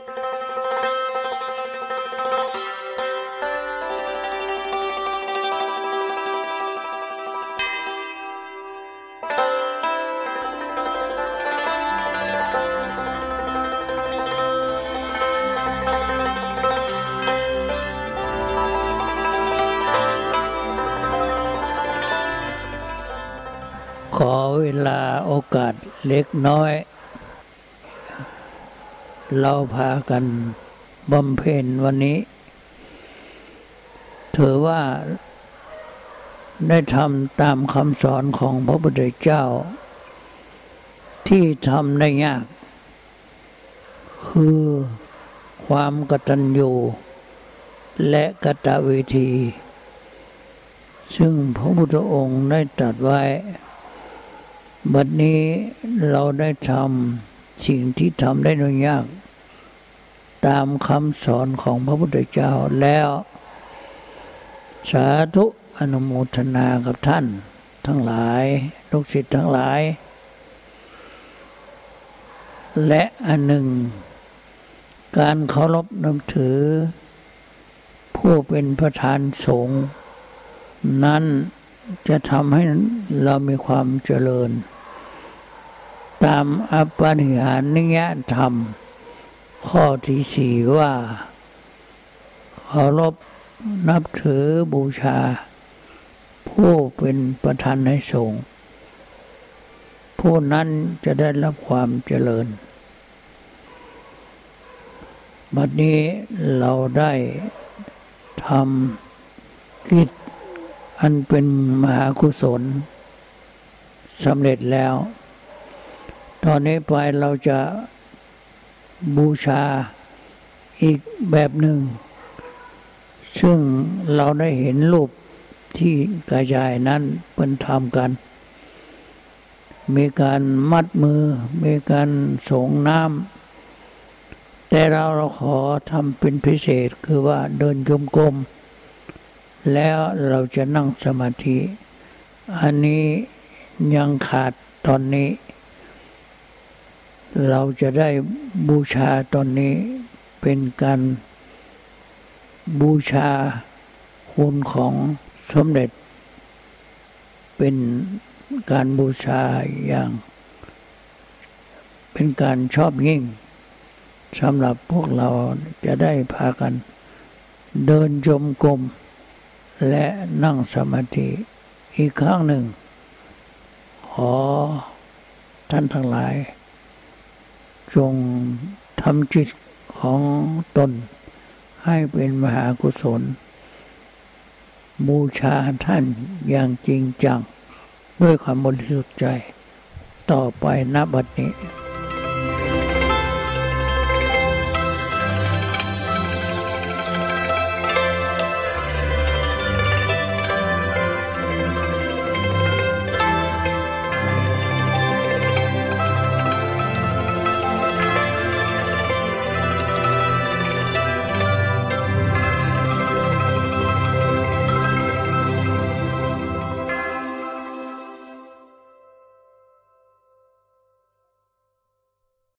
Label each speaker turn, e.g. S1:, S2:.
S1: ขอเวลาโอกาสเล็กน้อยเราพากันบำเพ็ญวันนี้ถือว่าได้ทำตามคำสอนของพระพุทธเจ้าที่ทำได้ยากคือความกตัญญูและกตเวทีซึ่งพระพุทธองค์ได้ตรัสไว้บัดนี้เราได้ทำสิ่งที่ทำได้น้อยยากตามคำสอนของพระพุทธเจ้าแล้วสาธุอนุโมทนากับท่านทั้งหลายลูกศิษย์ทั้งหลายและอันหนึ่งการเคารพนับถือผู้เป็นประธานสงฆ์นั้นจะทำให้เรามีความเจริญตามอปาริหานิยธรรมข้อที่ 4ว่าเคารพนับถือบูชาผู้เป็นประธานในสงฆ์ผู้นั้นจะได้รับความเจริญบัดนี้เราได้ทำกิจอันเป็นมหากุศลสำเร็จแล้วตอนนี้ไปเราจะบูชาอีกแบบหนึ่งซึ่งเราได้เห็นรูปที่กระจายนั้นเป็นทำกันมีการมัดมือมีการส่งน้ำแต่เราขอทำเป็นพิเศษคือว่าเดินจงกรมแล้วเราจะนั่งสมาธิอันนี้ยังขาดตอนนี้เราจะได้บูชาตอนนี้เป็นการบูชาคุณของสมเด็จเป็นการบูชาอย่างเป็นการชอบยิ่งสำหรับพวกเราจะได้พากันเดินจงกรมและนั่งสมาธิอีกครั้งหนึ่งขอท่านทั้งหลายจงทำจิตของตนให้เป็นมหากุศลบูชาท่านอย่างจริงจังด้วยความบริสุทธิ์ใจต่อไปณบัดนี้